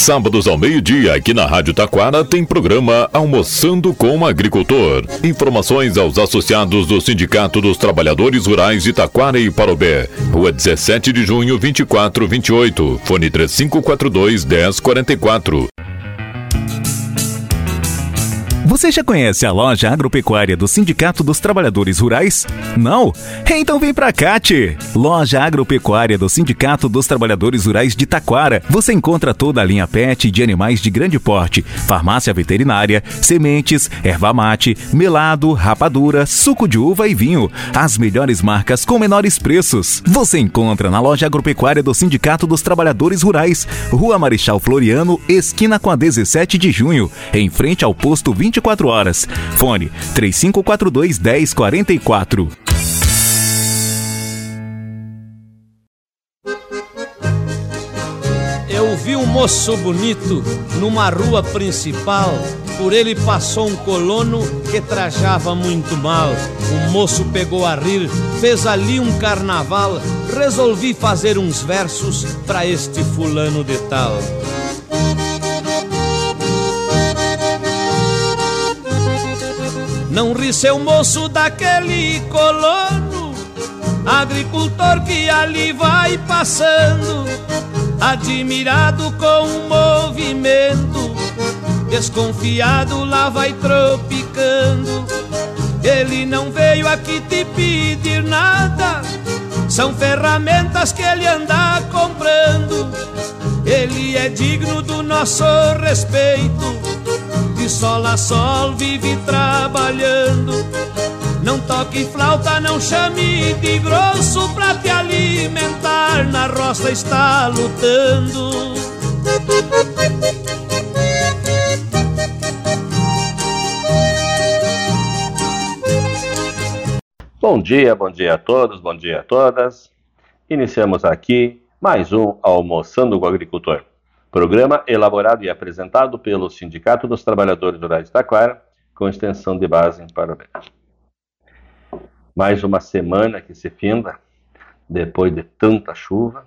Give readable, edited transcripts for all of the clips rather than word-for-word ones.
Sábados ao meio-dia, aqui na Rádio Taquara, tem programa Almoçando com o Agricultor. Informações aos associados do Sindicato dos Trabalhadores Rurais de Taquara e Parobé. Rua 17 de junho, 2428. Fone 3542-1044. Você já conhece a loja agropecuária do Sindicato dos Trabalhadores Rurais? Não? Então vem pra cá, tchê! Loja agropecuária do Sindicato dos Trabalhadores Rurais de Taquara. Você encontra toda a linha PET de animais de grande porte, farmácia veterinária, sementes, erva mate, melado, rapadura, suco de uva e vinho. As melhores marcas com menores preços. Você encontra na loja agropecuária do Sindicato dos Trabalhadores Rurais, Rua Marechal Floriano, esquina com a 17 de junho, em frente ao posto 24 horas. Fone 3542-1044. Eu vi um moço bonito numa rua principal. Por ele passou um colono que trajava muito mal. O moço pegou a rir, fez ali um carnaval. Resolvi fazer uns versos pra este fulano de tal. Não ri, seu moço, daquele colono, agricultor que ali vai passando, admirado com o movimento, desconfiado lá vai tropicando. Ele não veio aqui te pedir nada, são ferramentas que ele anda comprando. Ele é digno do nosso respeito, de sol a sol vive trabalhando. Não toque flauta, não chame de grosso, pra te alimentar na roça está lutando. Bom dia a todos, bom dia a todas. Iniciamos aqui mais um Almoçando com o Agricultor. Programa elaborado e apresentado pelo Sindicato dos Trabalhadores Rurais de Taquara, com extensão de base em Parobé. Mais uma semana que se finda, depois de tanta chuva.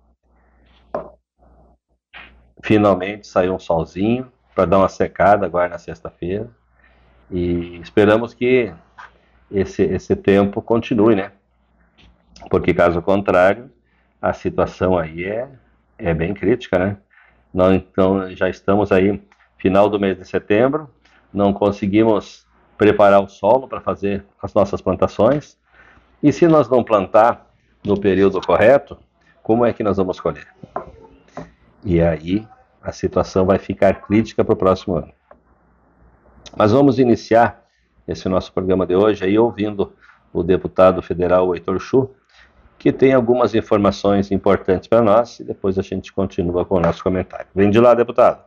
Finalmente saiu um solzinho para dar uma secada agora na sexta-feira. E esperamos que esse tempo continue, né? Porque caso contrário, a situação aí é bem crítica, né? Nós, então, já estamos aí, final do mês de setembro, não conseguimos preparar o solo para fazer as nossas plantações. E se nós não plantar no período correto, como é que nós vamos colher? E aí a situação vai ficar crítica para o próximo ano. Mas vamos iniciar esse nosso programa de hoje aí ouvindo o deputado federal Heitor Chu, que tem algumas informações importantes para nós, e depois a gente continua com o nosso comentário. Vem de lá, deputado.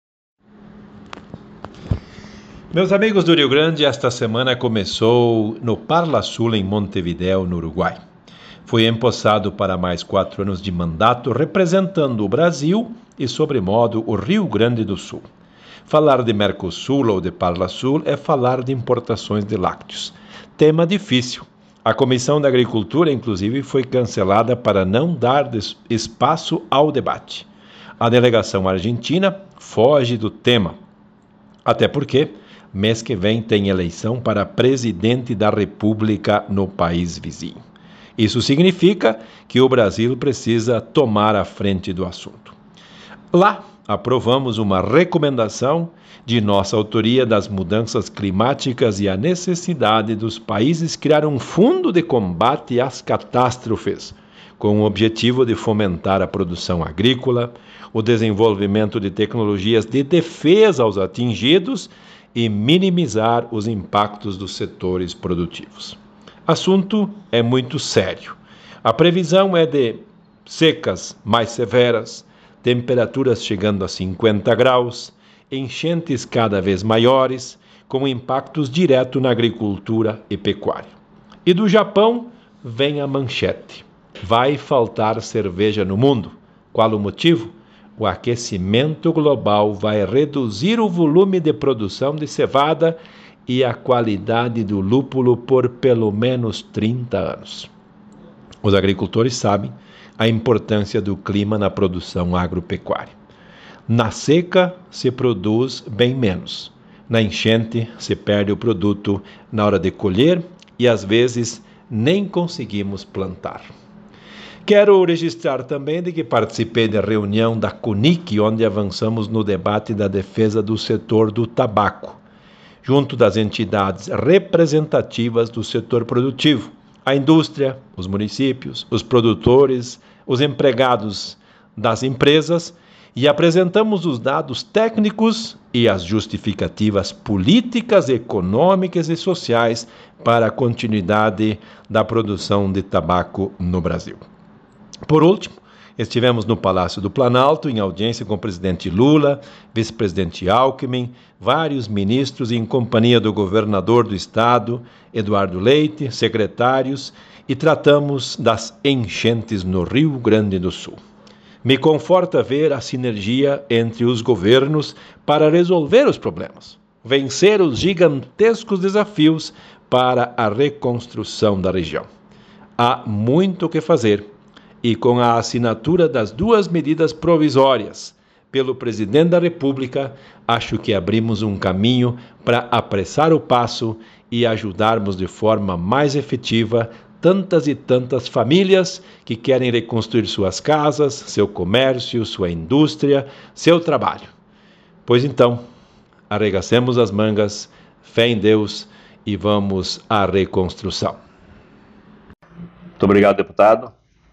Meus amigos do Rio Grande, esta semana começou no Parla Sul, em Montevidéu, no Uruguai. Foi empossado para mais 4 anos de mandato, representando o Brasil e, sobremodo, o Rio Grande do Sul. Falar de Mercosul ou de Parla Sul é falar de importações de lácteos. Tema difícil. A Comissão da Agricultura, inclusive, foi cancelada para não dar espaço ao debate. A delegação argentina foge do tema, até porque mês que vem tem eleição para presidente da República no país vizinho. Isso significa que o Brasil precisa tomar a frente do assunto. Lá, aprovamos uma recomendação de nossa autoria das mudanças climáticas e a necessidade dos países criar um fundo de combate às catástrofes, com o objetivo de fomentar a produção agrícola, o desenvolvimento de tecnologias de defesa aos atingidos e minimizar os impactos dos setores produtivos. Assunto é muito sério. A previsão é de secas mais severas, temperaturas chegando a 50 graus, enchentes cada vez maiores, com impactos diretos na agricultura e pecuária. E do Japão vem a manchete: vai faltar cerveja no mundo. Qual o motivo? O aquecimento global vai reduzir o volume de produção de cevada e a qualidade do lúpulo por pelo menos 30 anos. Os agricultores sabem a importância do clima na produção agropecuária. Na seca, se produz bem menos. Na enchente, se perde o produto na hora de colher e, às vezes, nem conseguimos plantar. Quero registrar também de que participei da reunião da CONIC, onde avançamos no debate da defesa do setor do tabaco, junto das entidades representativas do setor produtivo, a indústria, os municípios, os produtores, os empregados das empresas, e apresentamos os dados técnicos e as justificativas políticas, econômicas e sociais para a continuidade da produção de tabaco no Brasil. Por último, estivemos no Palácio do Planalto, em audiência com o presidente Lula, vice-presidente Alckmin, vários ministros em companhia do governador do estado, Eduardo Leite, secretários, e tratamos das enchentes no Rio Grande do Sul. Me conforta ver a sinergia entre os governos para resolver os problemas, vencer os gigantescos desafios para a reconstrução da região. Há muito o que fazer e, com a assinatura das 2 medidas provisórias pelo presidente da República, acho que abrimos um caminho para apressar o passo e ajudarmos de forma mais efetiva tantas e tantas famílias que querem reconstruir suas casas, seu comércio, sua indústria, seu trabalho. Pois então, arregacemos as mangas, fé em Deus e vamos à reconstrução. Muito obrigado, deputado,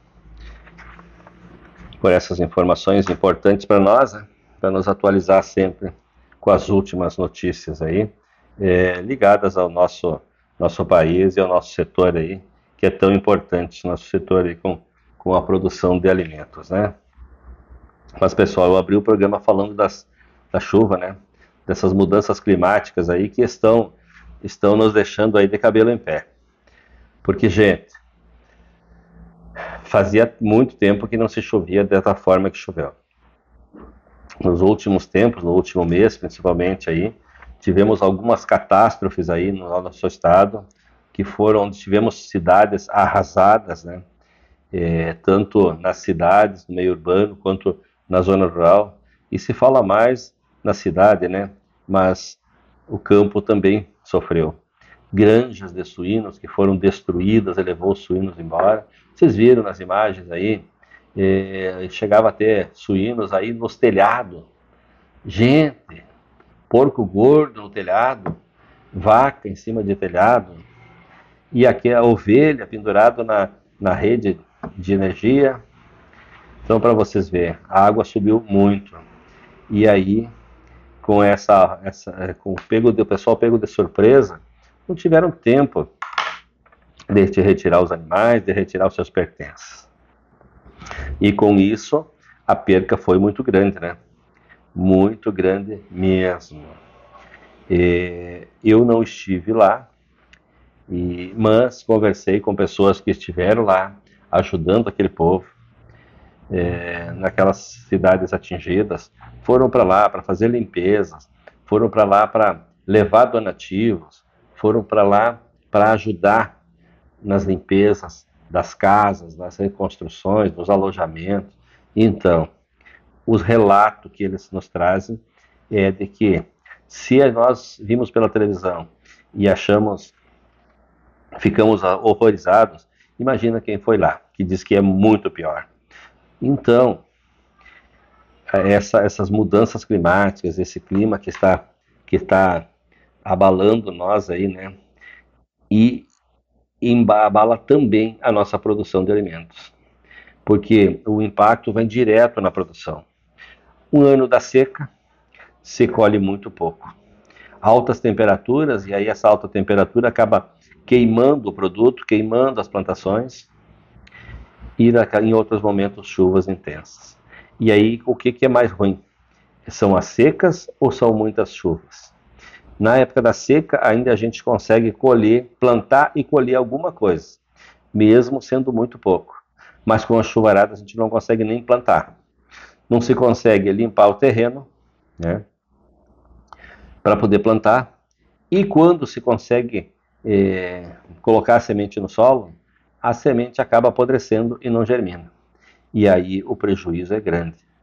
por essas informações importantes para nós, né? Para nos atualizar sempre com as últimas notícias aí, ligadas ao nosso país e ao nosso setor aí, que é tão importante, nosso setor aí com a produção de alimentos, né? Mas, pessoal, eu abri o programa falando da chuva, né? Dessas mudanças climáticas aí que estão nos deixando aí de cabelo em pé. Porque, gente, fazia muito tempo que não se chovia dessa forma que choveu. Nos últimos tempos, no último mês, principalmente aí, tivemos algumas catástrofes aí no nosso estado, que foram onde tivemos cidades arrasadas, né? Tanto nas cidades, no meio urbano, quanto na zona rural. E se fala mais na cidade, né? Mas o campo também sofreu. Granjas de suínos que foram destruídas e levou os suínos embora. Vocês viram nas imagens aí, chegava a ter suínos aí nos telhados. Gente, porco gordo no telhado, vaca em cima de telhado, e aqui a ovelha pendurada na rede de energia. Então, para vocês verem, a água subiu muito. E aí, com o pessoal pego de surpresa, não tiveram tempo de retirar os animais, de retirar os seus pertences. E com isso, a perca foi muito grande, né? Muito grande mesmo. Eu não estive lá, mas conversei com pessoas que estiveram lá, ajudando aquele povo, naquelas cidades atingidas. Foram para lá para fazer limpezas, foram para lá para levar donativos, foram para lá para ajudar nas limpezas das casas, nas reconstruções, nos alojamentos. Então, os relatos que eles nos trazem é de que, se nós vimos pela televisão e ficamos horrorizados, imagina quem foi lá, que diz que é muito pior. Então, essas mudanças climáticas, esse clima que está abalando nós aí, né? E abala também a nossa produção de alimentos, porque o impacto vem direto na produção. Um ano da seca, se colhe muito pouco. Altas temperaturas, e aí essa alta temperatura acaba queimando o produto, queimando as plantações, e em outros momentos chuvas intensas. E aí o que é mais ruim? São as secas ou são muitas chuvas? Na época da seca ainda a gente consegue plantar e colher alguma coisa, mesmo sendo muito pouco. Mas com a chuvarada a gente não consegue nem plantar. Não se consegue limpar o terreno, né, para poder plantar. E quando se consegue colocar a semente no solo, a semente acaba apodrecendo e não germina. E aí o prejuízo é grande.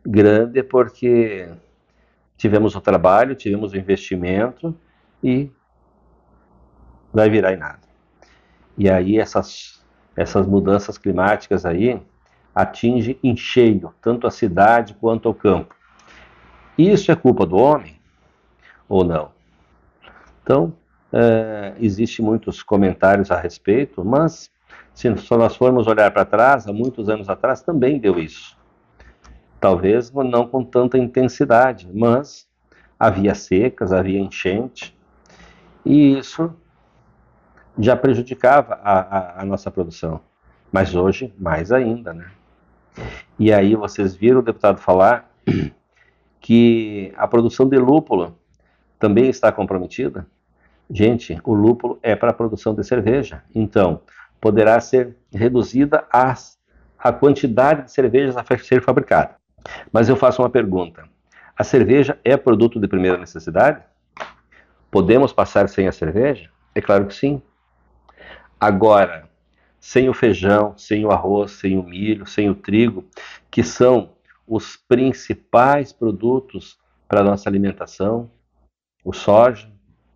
grande porque tivemos o trabalho, tivemos o investimento e vai virar em nada. E aí essas mudanças climáticas aí atingem em cheio tanto a cidade quanto o campo. Isso é culpa do homem ou não? Então, existem muitos comentários a respeito, mas se nós formos olhar para trás, há muitos anos atrás também deu isso. Talvez não com tanta intensidade, mas havia secas, havia enchente, e isso já prejudicava a nossa produção. Mas hoje, mais ainda, né? E aí vocês viram o deputado falar que a produção de lúpulo também está comprometida? Gente, o lúpulo é para a produção de cerveja, então poderá ser reduzida a quantidade de cervejas a ser fabricada. Mas eu faço uma pergunta: a cerveja é produto de primeira necessidade? Podemos passar sem a cerveja? É claro que sim. Agora, sem o feijão, sem o arroz, sem o milho, sem o trigo, que são os principais produtos para a nossa alimentação, o soja,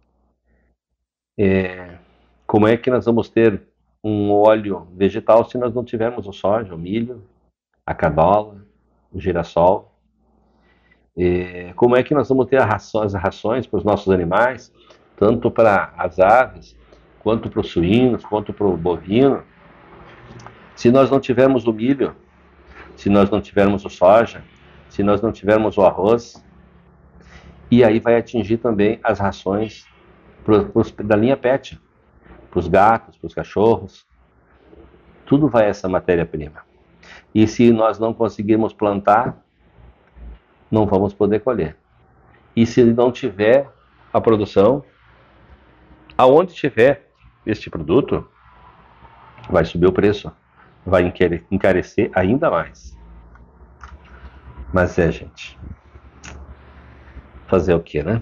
como é que nós vamos ter um óleo vegetal se nós não tivermos o soja, o milho, a canola, o girassol? Como é que nós vamos ter as rações para os nossos animais, tanto para as aves, quanto para os suínos, quanto para o bovino, se nós não tivermos o milho, se nós não tivermos o soja, se nós não tivermos o arroz? E aí vai atingir também as rações da linha PET, para os gatos, para os cachorros, tudo vai a essa matéria-prima. E se nós não conseguirmos plantar, não vamos poder colher. E se não tiver a produção, aonde tiver este produto, vai subir o preço, vai encarecer ainda mais. Mas gente, fazer o que, né?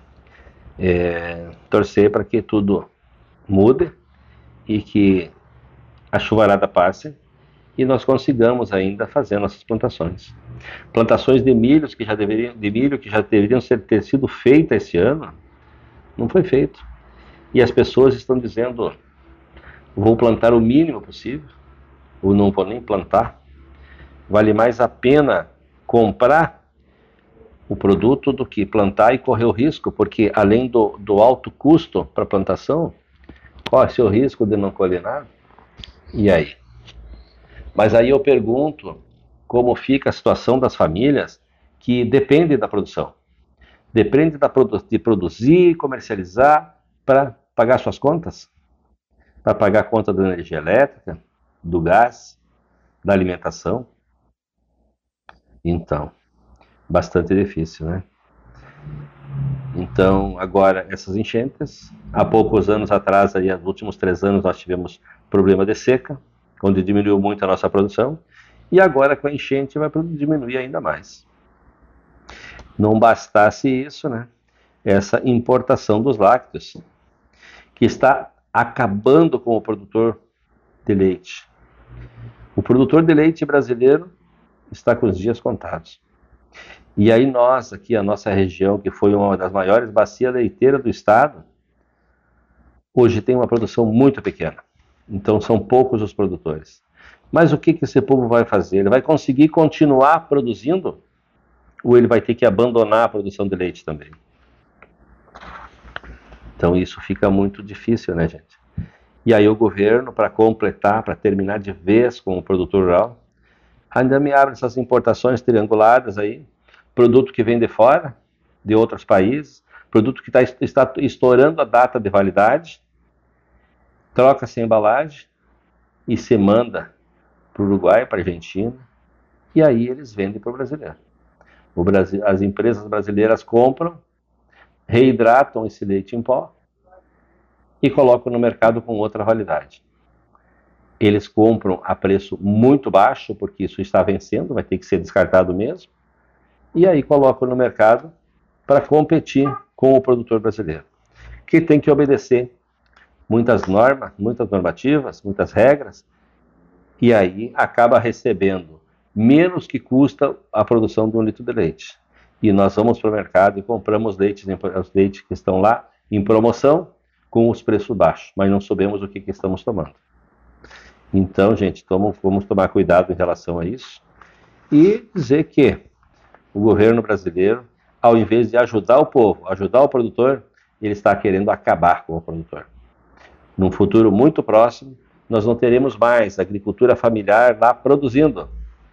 Torcer para que tudo mude e que a chuvarada passe e nós consigamos ainda fazer nossas plantações. Plantações de milho que já deveriam ter sido feitas esse ano, não foi feito. E as pessoas estão dizendo: vou plantar o mínimo possível, ou não vou nem plantar. Vale mais a pena comprar o produto do que plantar e correr o risco, porque além do alto custo para a plantação, corre-se o risco de não colher nada. E aí? Mas aí eu pergunto, como fica a situação das famílias que dependem da produção? Depende de produzir, comercializar para pagar suas contas? Para pagar a conta da energia elétrica, do gás, da alimentação? Então, bastante difícil, né? Então, agora, essas enchentes, há poucos anos atrás, aí, nos últimos 3 anos, nós tivemos problema de seca, onde diminuiu muito a nossa produção, e agora com a enchente vai diminuir ainda mais. Não bastasse isso, né? Essa importação dos lácteos, que está acabando com o produtor de leite. O produtor de leite brasileiro está com os dias contados. E aí nós, aqui, a nossa região, que foi uma das maiores bacias leiteiras do estado, hoje tem uma produção muito pequena. Então são poucos os produtores. Mas o que esse povo vai fazer? Ele vai conseguir continuar produzindo? Ou ele vai ter que abandonar a produção de leite também? Então isso fica muito difícil, né, gente? E aí o governo, para completar, para terminar de vez com o produtor rural, ainda me abre essas importações trianguladas aí, produto que vem de fora, de outros países, produto que está estourando a data de validade, troca-se a embalagem e se manda para o Uruguai, para a Argentina, e aí eles vendem para o brasileiro. As empresas brasileiras compram, reidratam esse leite em pó e colocam no mercado com outra validade. Eles compram a preço muito baixo, porque isso está vencendo, vai ter que ser descartado mesmo, e aí colocam no mercado para competir com o produtor brasileiro, que tem que obedecer muitas normas, muitas normativas, muitas regras, e aí acaba recebendo menos que custa a produção de 1 litro de leite. E nós vamos para o mercado e compramos os leites que estão lá em promoção com os preços baixos, mas não sabemos o que estamos tomando. Então, gente, vamos tomar cuidado em relação a isso e dizer que o governo brasileiro, ao invés de ajudar o povo, ajudar o produtor, ele está querendo acabar com o produtor. Num futuro muito próximo, nós não teremos mais agricultura familiar lá produzindo.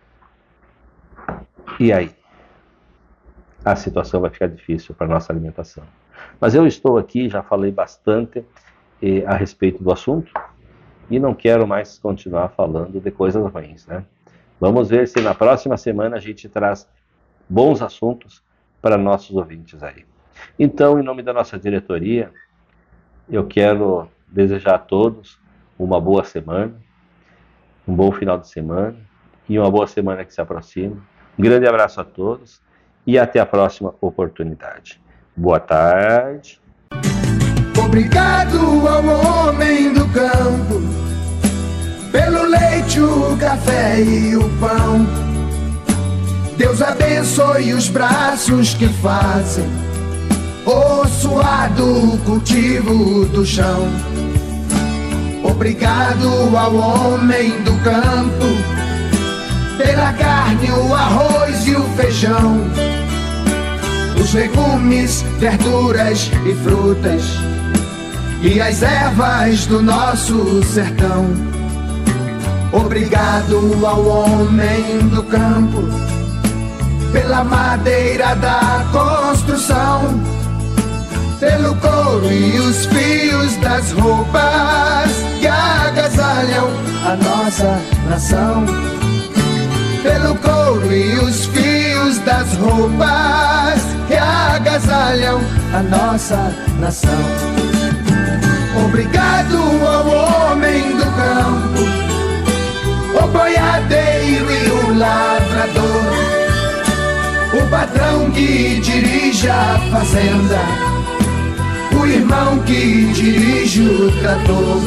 E aí? A situação vai ficar difícil para a nossa alimentação. Mas eu estou aqui, já falei bastante a respeito do assunto e não quero mais continuar falando de coisas ruins, né? Vamos ver se na próxima semana a gente traz bons assuntos para nossos ouvintes aí. Então, em nome da nossa diretoria, eu quero desejar a todos uma boa semana, um bom final de semana e uma boa semana que se aproxima. Um grande abraço a todos e até a próxima oportunidade. Boa tarde. Obrigado ao homem do campo, pelo leite, o café e o pão. Deus abençoe os braços que fazem o suado cultivo do chão. Obrigado ao homem do campo, pela carne, o arroz e o feijão, os legumes, verduras e frutas, e as ervas do nosso sertão. Obrigado ao homem do campo, pela madeira da construção, pelo couro e os fios das roupas que agasalham a nossa nação. Pelo couro e os fios das roupas que agasalham a nossa nação. Obrigado ao homem do campo, o boiadeiro e o lavrador, o patrão que dirige a fazenda, o irmão que dirige o trator.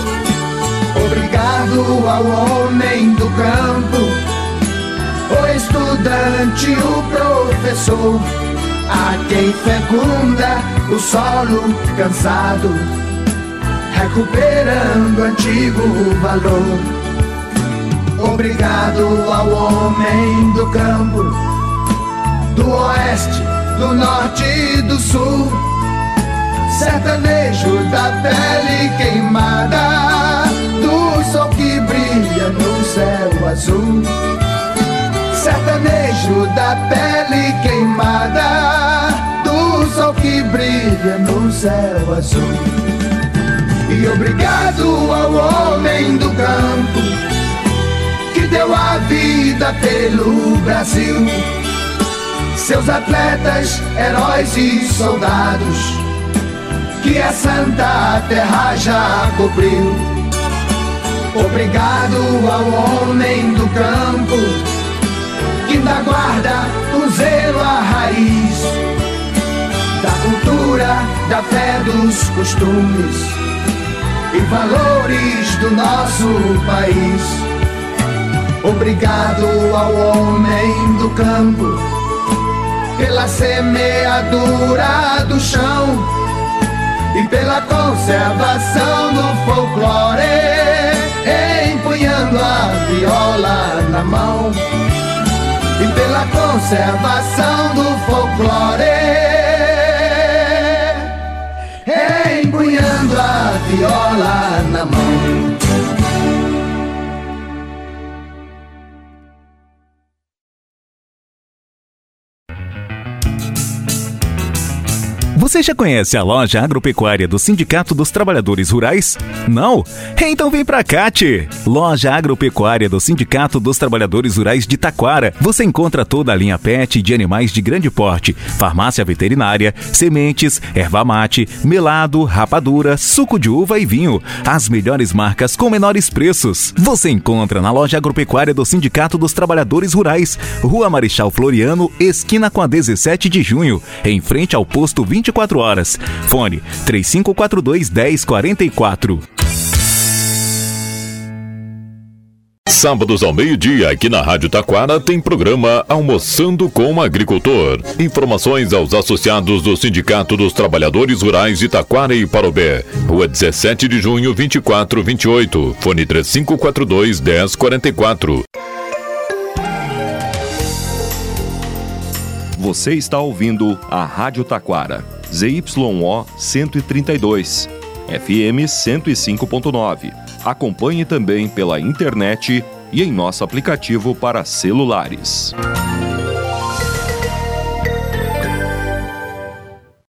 Obrigado ao homem do campo, o estudante, o professor, a quem fecunda o solo cansado, recuperando antigo valor. Obrigado ao homem do campo, do oeste, do norte e do sul, sertanejo da pele queimada, do sol que brilha no céu azul. Sertanejo da pele queimada, do sol que brilha no céu azul. E obrigado ao homem do campo, que deu a vida pelo Brasil, seus atletas, heróis e soldados, que a santa terra já cobriu. Obrigado ao homem do campo, que da guarda o zelo, a raiz da cultura, da fé, dos costumes e valores do nosso país. Obrigado ao homem do campo, pela semeadura do chão e pela conservação do folclore, empunhando a viola na mão. E pela conservação do folclore, empunhando a viola na mão. Você já conhece a loja agropecuária do Sindicato dos Trabalhadores Rurais? Não? Então vem pra cá, tchê! Loja agropecuária do Sindicato dos Trabalhadores Rurais de Taquara. Você encontra toda a linha pet de animais de grande porte, farmácia veterinária, sementes, erva mate, melado, rapadura, suco de uva e vinho. As melhores marcas com menores preços. Você encontra na loja agropecuária do Sindicato dos Trabalhadores Rurais, Rua Marechal Floriano, esquina com a 17 de junho, em frente ao posto 24 horas. Fone 3542-1044. Sábados ao meio-dia, aqui na Rádio Taquara, tem programa Almoçando com o Agricultor. Informações aos associados do Sindicato dos Trabalhadores Rurais de Taquara e Parobé. Rua 17 de junho, 2428. Fone 3542-1044. Você está ouvindo a Rádio Taquara. ZYO 132. FM 105.9. Acompanhe também pela internet e em nosso aplicativo para celulares.